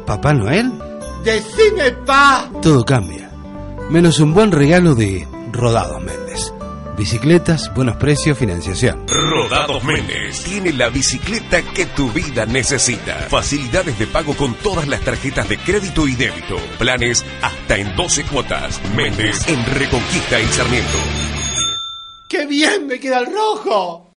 Papá Noel? ¡Decime, pa! Todo cambia, menos un buen regalo de Rodados Méndez. Bicicletas, buenos precios, financiación. Rodados Méndez tiene la bicicleta que tu vida necesita. Facilidades de pago con todas las tarjetas de crédito y débito. Planes hasta en 12 cuotas. Méndez en Reconquista y Sarmiento. ¡Qué bien me queda el rojo!